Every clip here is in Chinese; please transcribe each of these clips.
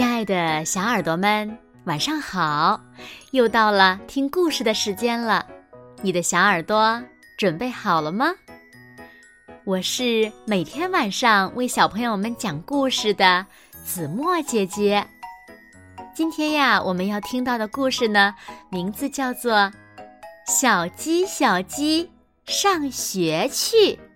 亲爱的小耳朵们，晚上好！又到了听故事的时间了，你的小耳朵准备好了吗？我是每天晚上为小朋友们讲故事的子墨姐姐。今天呀，我们要听到的故事呢，名字叫做《小鸡小鸡上学去》。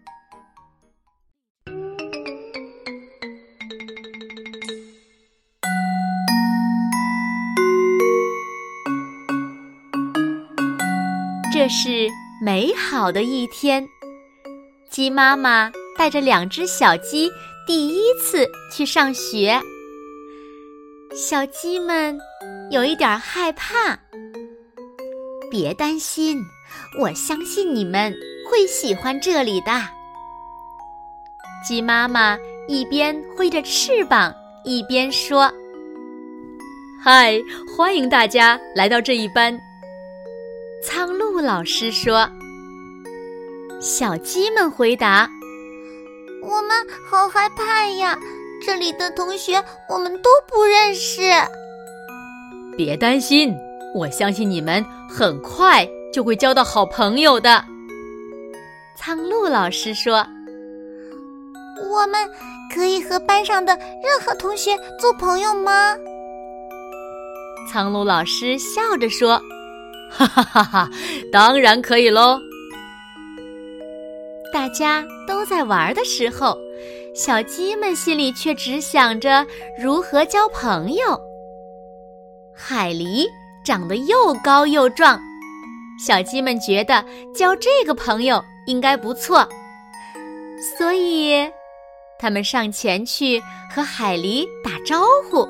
这是美好的一天，鸡妈妈带着2只小鸡第一次去上学。小鸡们有一点害怕。别担心，我相信你们会喜欢这里的。鸡妈妈一边挥着翅膀，一边说：嗨，欢迎大家来到这一班。苍鹭老师说。小鸡们回答： 我们好害怕呀，这里的同学我们都不认识。 别担心，我相信你们很快就会交到好朋友的。苍鹭老师说。 我们可以和班上的任何同学做朋友吗？ 苍鹭老师笑着说：哈哈哈哈，当然可以喽！大家都在玩的时候，小鸡们心里却只想着如何交朋友。海狸长得又高又壮，小鸡们觉得交这个朋友应该不错，所以他们上前去和海狸打招呼。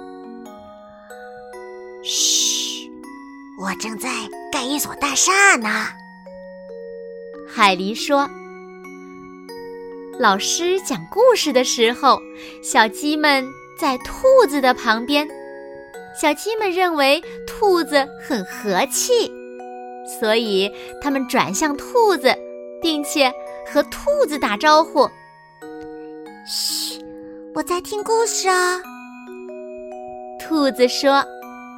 嘘，我正在盖一所大厦呢。 海狸说。老师讲故事的时候，小鸡们在兔子的旁边。小鸡们认为兔子很和气，所以他们转向兔子，并且和兔子打招呼。 嘘，我在听故事啊。 兔子说。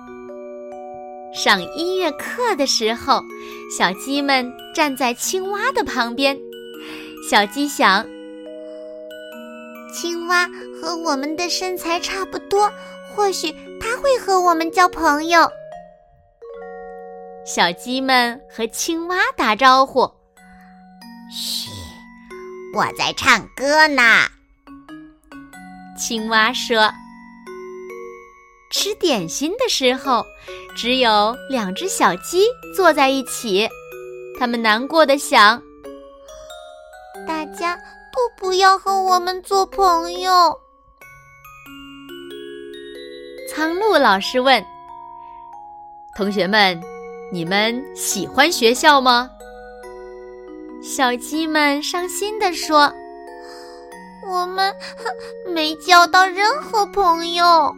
上音乐课的时候，小鸡们站在青蛙的旁边。小鸡想， 青蛙和我们的身材差不多，或许它会和我们交朋友。 小鸡们和青蛙打招呼。 嘘，我在唱歌呢。 青蛙说。吃点心的时候，只有2只小鸡坐在一起，它们难过地想， 大家都不要和我们做朋友。 苍鹭老师问：同学们，你们喜欢学校吗？小鸡们伤心地说： 我们没交到任何朋友。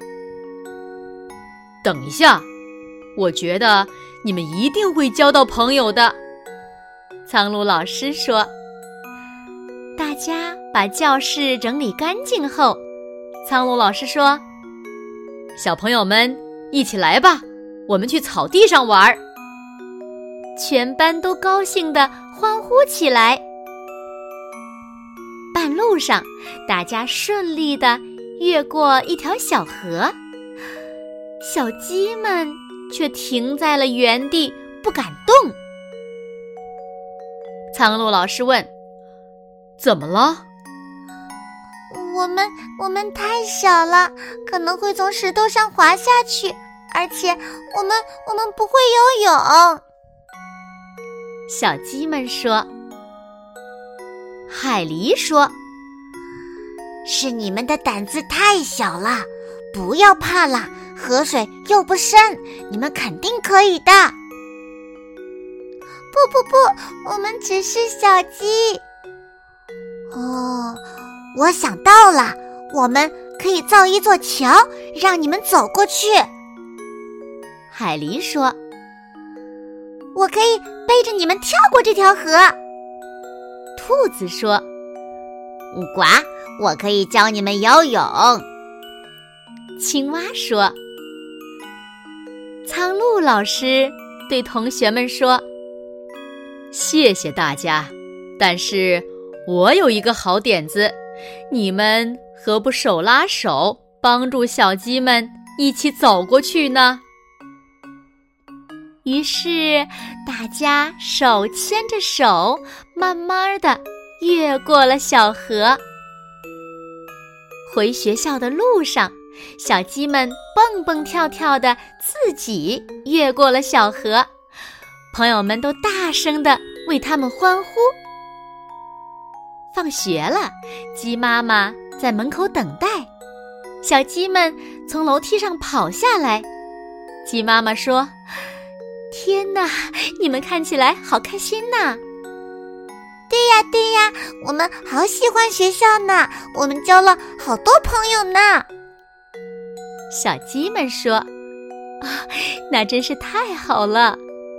等一下，我觉得你们一定会交到朋友的。苍鹭老师说。大家把教室整理干净后，苍鹭老师说：小朋友们一起来吧，我们去草地上玩。全班都高兴地欢呼起来。半路上，大家顺利地越过一条小河，小鸡们却停在了原地，不敢动。苍鹭老师问：怎么了？ 我们太小了，可能会从石头上滑下去，而且我们不会游泳。 小鸡们说。海狸说： 是你们的胆子太小了，不要怕了，河水又不深，你们肯定可以的。不，我们只是小鸡。哦，我想到了，我们可以造一座桥，让你们走过去。 海狸说。 我可以背着你们跳过这条河。 兔子说。 呱，我可以教你们游泳。 青蛙说。苍鹭老师对同学们说：谢谢大家，但是我有一个好点子，你们何不手拉手，帮助小鸡们一起走过去呢？于是大家手牵着手，慢慢地越过了小河。回学校的路上，小鸡们蹦蹦跳跳地自己越过了小河，朋友们都大声地为他们欢呼。放学了，鸡妈妈在门口等待，小鸡们从楼梯上跑下来。鸡妈妈说：天哪，你们看起来好开心呐！ 对呀，我们好喜欢学校呢，我们交了好多朋友呢。 小鸡们说：那真是太好了。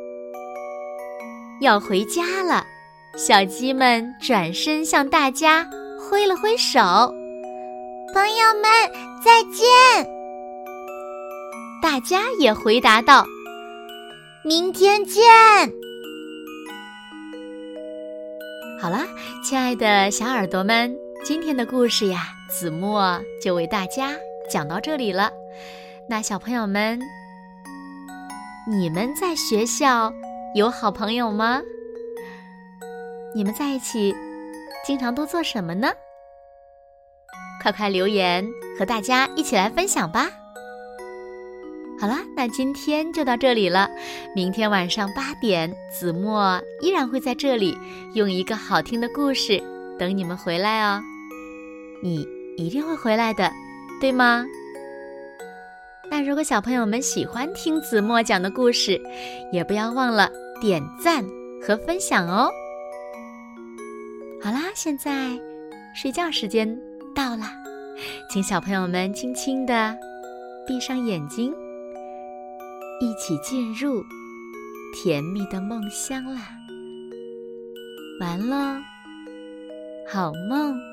要回家了，小鸡们转身向大家挥了挥手： 朋友们，再见！ 大家也回答道： 明天见！ 好了，亲爱的小耳朵们，今天的故事呀，子墨就为大家讲到这里了。那小朋友们，你们在学校有好朋友吗？你们在一起经常都做什么呢？快快留言和大家一起来分享吧。好了，那今天就到这里了。明天晚上8点，子墨依然会在这里用一个好听的故事等你们回来哦。你一定会回来的，对吗？那如果小朋友们喜欢听子墨讲的故事，也不要忘了点赞和分享哦。好啦，现在睡觉时间到了，请小朋友们轻轻地闭上眼睛，一起进入甜蜜的梦乡啦。完喽，好梦。